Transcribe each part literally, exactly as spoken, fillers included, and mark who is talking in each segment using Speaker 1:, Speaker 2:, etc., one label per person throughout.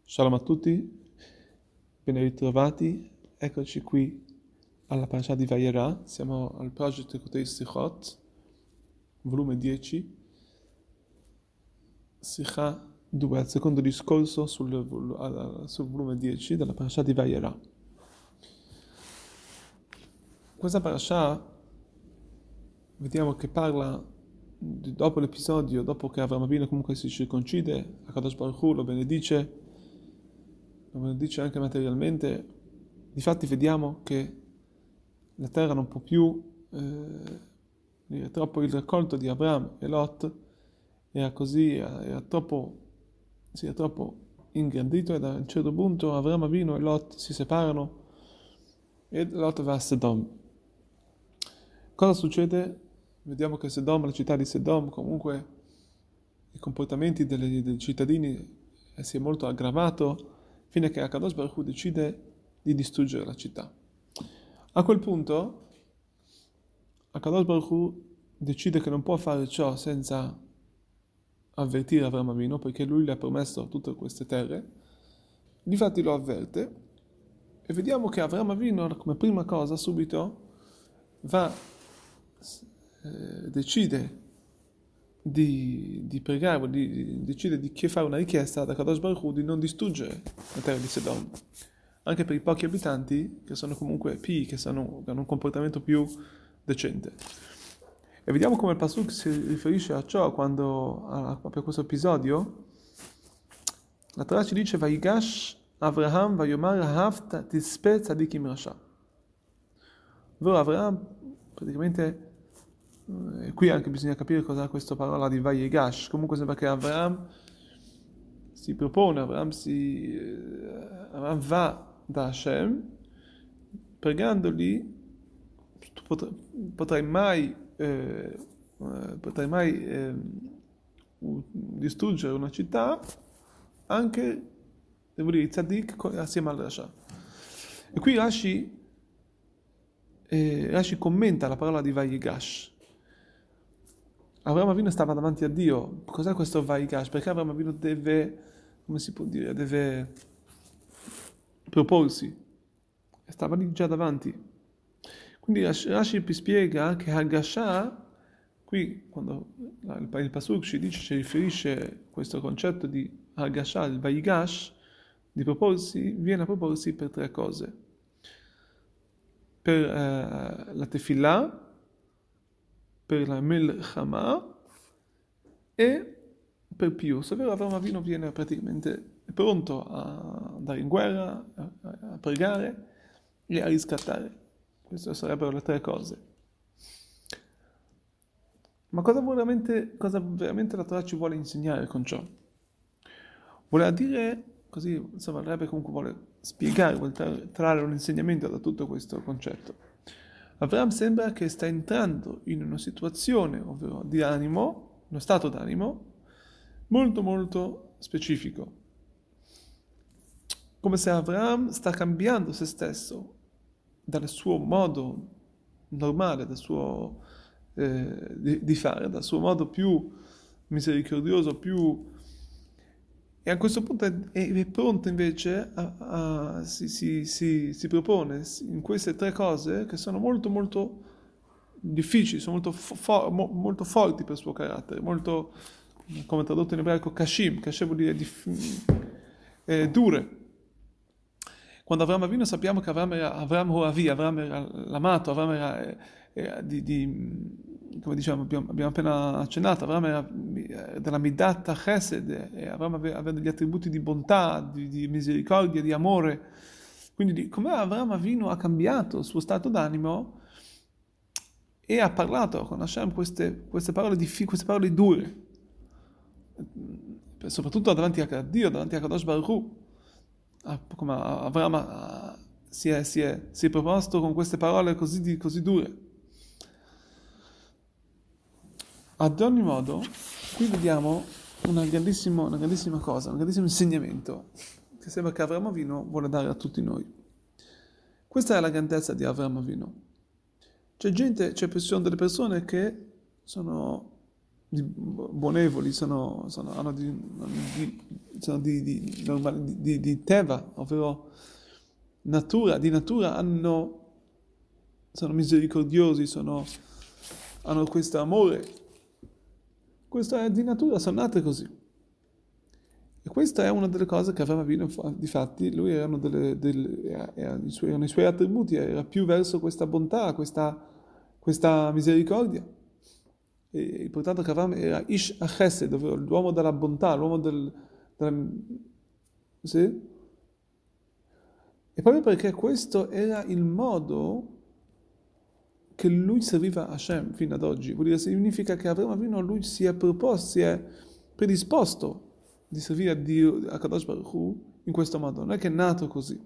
Speaker 1: Shalom a tutti, ben ritrovati, eccoci qui alla parasha di Vayera, siamo al Project Kotei Sichot, volume dieci, Sicha due, al secondo discorso sul, vol- sul volume dieci della parasha di Vayera. Questa parasha vediamo che parla di- dopo l'episodio, dopo che Avram Avinu comunque si circoncide, Akadosh Baruch Hu lo benedice, lo benedice anche materialmente. Difatti vediamo che la terra non può più eh, dire troppo il raccolto di Abramo e Lot era così, era, era troppo, si era troppo ingrandito, ed a un certo punto Abramo Avinu e Lot si separano e Lot va a Sedom. Cosa succede? Vediamo che Sedom, la città di Sedom, comunque i comportamenti delle- dei cittadini eh, si è molto aggravato, fino a che Akadosh Baruch Hu decide di distruggere la città. A quel punto Akadosh Baruch Hu decide che non può fare ciò senza avvertire Avram Avinu, perché lui le ha promesso tutte queste terre. Difatti lo avverte e vediamo che Avram Avinu come prima cosa subito va, eh, decide di, di pregare, di, di- decide di che fare una richiesta ad Akadosh Baruch Hu di non distruggere la terra di Sedom, anche per i pochi abitanti che sono comunque pii, che, sono, che hanno un comportamento più decente. E vediamo come il Pasuk si riferisce a ciò quando, a, proprio a questo episodio. La Torah ci dice Vayigash Avraham Vayomar Havta Tispe Tzadikim Rasha. Ovvero Avraham praticamente, eh, qui anche bisogna capire cos'è questa parola di Vayigash. Comunque sembra che Avraham si propone, Avraham, si, eh, Avraham va da Hashem pregandogli: tu pot- potrai mai, eh, eh, potrai mai eh, u- distruggere una città anche, devo dire, i tzaddik co- assieme al Rasha. E qui Rashi, eh, Rashi commenta la parola di Vayigash. Avraham Avinu stava davanti a Dio. Cos'è questo Vayigash? Perché Avraham Avinu deve, come si può dire, deve proporsi. E stava lì già davanti. Quindi Rashi Rashi spiega che Hagasha, qui quando la- il, il Pasuk ci dice, ci riferisce questo concetto di Hagasha, il Vayigash, di proporsi, viene a proporsi per tre cose. Per eh, la Tefillah, per la Melchama e per Pius, ovvero Avram Avinu viene praticamente pronto a andare in guerra, a, a pregare e a riscattare. Queste sarebbero le tre cose. Ma cosa veramente, cosa veramente la Torah ci vuole insegnare con ciò? Vuole dire, così, insomma, il Rebbe comunque vuole spiegare, vuole tra- trarre un insegnamento da tutto questo concetto. Avram sembra che sta entrando in una situazione, ovvero di animo, uno stato d'animo, molto molto specifico. Come se Avram sta cambiando se stesso dal suo modo normale, dal suo eh, di, di fare, dal suo modo più misericordioso, più... E a questo punto è, è pronto invece, a, a- si, si, si, si propone in queste tre cose che sono molto molto difficili, sono molto, fo- mo- molto forti per il suo carattere, molto, come tradotto in ebraico, kashim, kashim vuol dire dif- eh, dure. Quando Avram Avinu sappiamo che Avram era Avram Hoavi, Avram era l'amato, Avram era, eh, era di, di, come diciamo, abbiamo, abbiamo appena accennato, Avram era eh, della Midat Chesed, e Avram aveva, aveva degli attributi di bontà, di, di misericordia, di amore. Quindi di, come Avram Avinu ha cambiato il suo stato d'animo e ha parlato con Hashem queste, queste parole diffi- queste parole dure, soprattutto davanti a Dio, davanti a Kadosh Baruch Hu. Ah, come Avram ah, si è, si è- si è proposto con queste parole così, di- così dure. Ad ogni modo, qui vediamo una grandissima, una grandissima cosa, un grandissimo insegnamento che sembra che Avram Avinu vuole dare a tutti noi. Questa è la grandezza di Avram Avinu. C'è gente, c'è ci sono delle persone che sono di buonevoli, sono, sono, hanno di, di, sono di, di, normali- di, di teva, ovvero natura, di natura hanno, sono misericordiosi, sono, hanno questo amore, questo è di natura, sono nate così. E questa è una delle cose che Avramo Avinu, difatti, lui erano, delle, delle, era, erano, i suoi, erano i suoi attributi, era più verso questa bontà, questa, questa misericordia. E il portato che Avramo era Ish HaChesed, ovvero l'uomo della bontà, l'uomo del... della, sì? E proprio perché questo era il modo che lui serviva a Hashem fino ad oggi, vuol dire significa che Avramo Avinu lui si è proposto, si è predisposto di servire a Dio, a Kadosh Baruch Hu, in questo modo, non è che è nato così.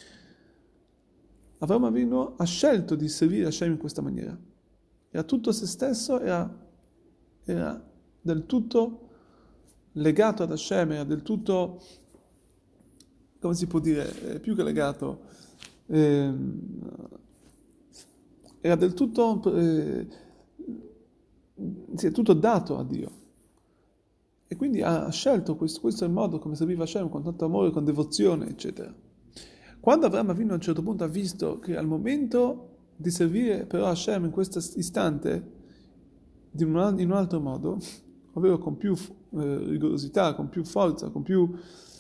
Speaker 1: Avramo Avinu ha scelto di servire Hashem in questa maniera. Era tutto se stesso, era, era del tutto legato ad Hashem, era del tutto, come si può dire, più che legato, eh, era del tutto, eh, si è tutto dato a Dio. E quindi ha scelto questo, questo è il modo come serviva Hashem, con tanto amore, con devozione, eccetera. Quando Avramo Avinu a un certo punto ha visto che al momento di servire però Hashem in questo istante, in un, in un altro modo, ovvero con più eh, rigorosità, con più forza, con più...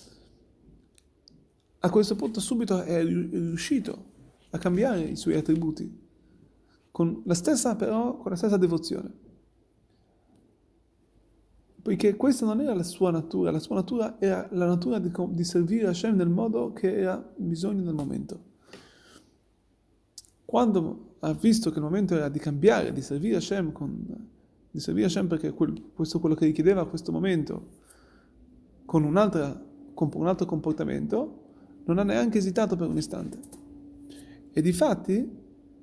Speaker 1: A questo punto subito è riuscito a cambiare i suoi attributi, con la stessa però, con la stessa devozione. Poiché questa non era la sua natura, la sua natura era la natura di, di servire Hashem nel modo che era bisogno del momento. Quando ha visto che il momento era di cambiare, di servire Hashem, con, di servire Hashem perché quel, questo è quello che richiedeva a questo momento, con, un'altra, con un altro comportamento, non ha neanche esitato per un istante. E difatti,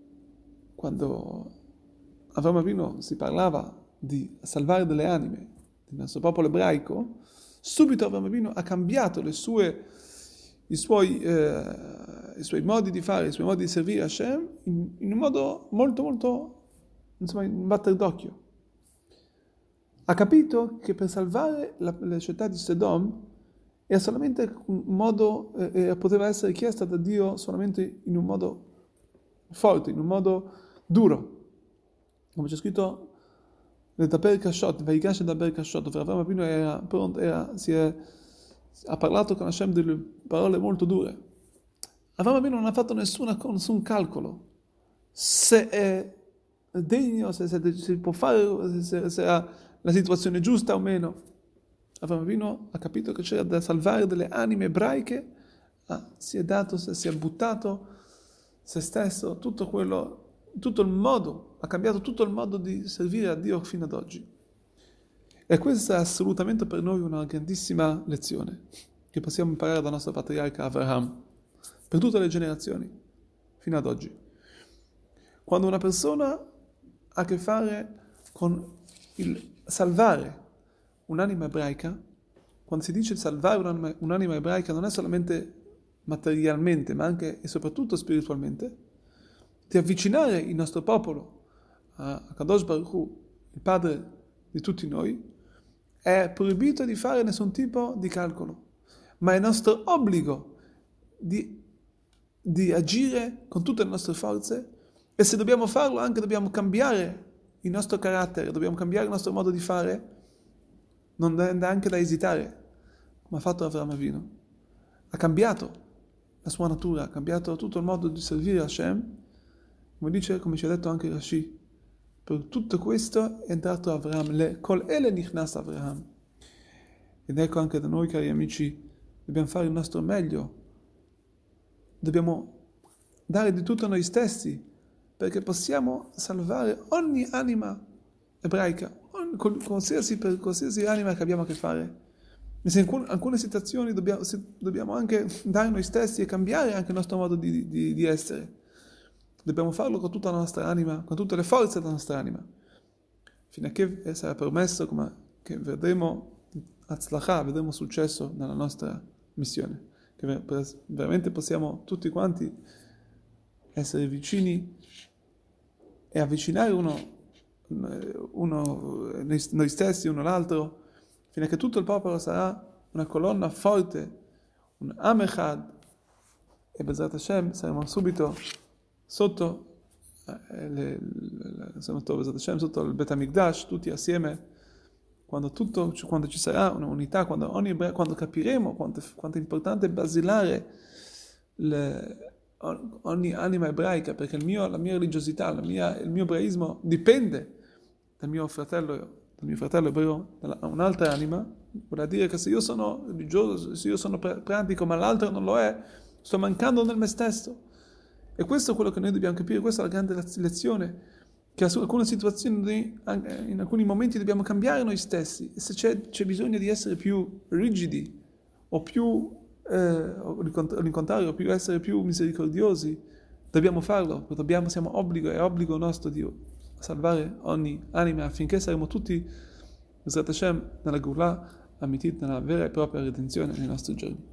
Speaker 1: quando Avramo Avinu si parlava di salvare delle anime, del nostro popolo ebraico, subito Avramo Avinu ha cambiato le sue, i, suoi, eh, i suoi modi di fare, i suoi modi di servire Hashem in, in un modo molto molto, insomma, in un batter d'occhio. Ha capito che per salvare la, la città di Sodom era solamente un modo, eh, poteva essere chiesta da Dio solamente in un modo forte, in un modo duro. Come c'è scritto da Berkashot, Vaigash da Berkashot, dove Avramo Avinu era pronto, era, si è, ha parlato con Hashem delle parole molto dure. Avramo Avinu non ha fatto nessuna, nessun calcolo se è degno, se, se, se può fare, se, se ha la situazione giusta o meno. Avramo Avinu ha capito che c'era da salvare delle anime ebraiche, ah, si è dato, si è buttato se stesso, tutto quello, tutto il modo, ha cambiato tutto il modo di servire a Dio fino ad oggi. E questa è assolutamente per noi una grandissima lezione che possiamo imparare dal nostro patriarca Avraham, per tutte le generazioni, fino ad oggi. Quando una persona ha a che fare con il salvare un'anima ebraica, quando si dice salvare un'anima, un'anima ebraica non è solamente materialmente, ma anche e soprattutto spiritualmente, di avvicinare il nostro popolo a Kadosh Baruch Hu, il padre di tutti noi, è proibito di fare nessun tipo di calcolo, ma è nostro obbligo di, di agire con tutte le nostre forze, e se dobbiamo farlo anche dobbiamo cambiare il nostro carattere, dobbiamo cambiare il nostro modo di fare, non è neanche da esitare, come ha fatto Avramo Avinu. Ha cambiato la sua natura, ha cambiato tutto il modo di servire Hashem, come dice, come ci ha detto anche Rashi. Per tutto questo è entrato Avraham, le kol ele nichnas Avraham. Ed ecco anche da noi, cari amici, dobbiamo fare il nostro meglio, dobbiamo dare di tutto a noi stessi, perché possiamo salvare ogni anima ebraica, ogni, qualsiasi, per qualsiasi anima che abbiamo a che fare. E se in alcune, alcune situazioni dobbiamo, dobbiamo anche dare noi stessi e cambiare anche il nostro modo di, di, di essere. Dobbiamo farlo con tutta la nostra anima, con tutte le forze della nostra anima, fino a che sarà permesso come, che vedremo Atzlachah, vedremo successo nella nostra missione, che veramente possiamo tutti quanti essere vicini e avvicinare uno uno, noi stessi, uno l'altro, fino a che tutto il popolo sarà una colonna forte, un Am Echad, e Bezrat Hashem saremo subito sotto, eh, le, le, sotto, Bezrat Hashem, sotto il Bet HaMikdash, tutti assieme, quando, tutto, quando ci sarà un'unità, quando, ogni, quando capiremo quanto, quanto è importante basilare le, ogni anima ebraica, perché il mio, la mia religiosità, la mia, il mio ebraismo dipende dal mio fratello, dal mio fratello ebreo, da un'altra anima. Vuol dire che se io sono religioso, se io sono pratico, ma l'altro non lo è, sto mancando nel me stesso. E questo è quello che noi dobbiamo capire, questa è la grande lezione, che in alcune situazioni, in alcuni momenti dobbiamo cambiare noi stessi, e se c'è, c'è bisogno di essere più rigidi, o più, eh, o all'incontrario, più essere più misericordiosi, dobbiamo farlo, perché dobbiamo, siamo obbligo, è obbligo nostro di salvare ogni anima, affinché saremo tutti, Bezrat Hashem, nella Geulah Amitit, nella vera e propria redenzione nei nostri giorni.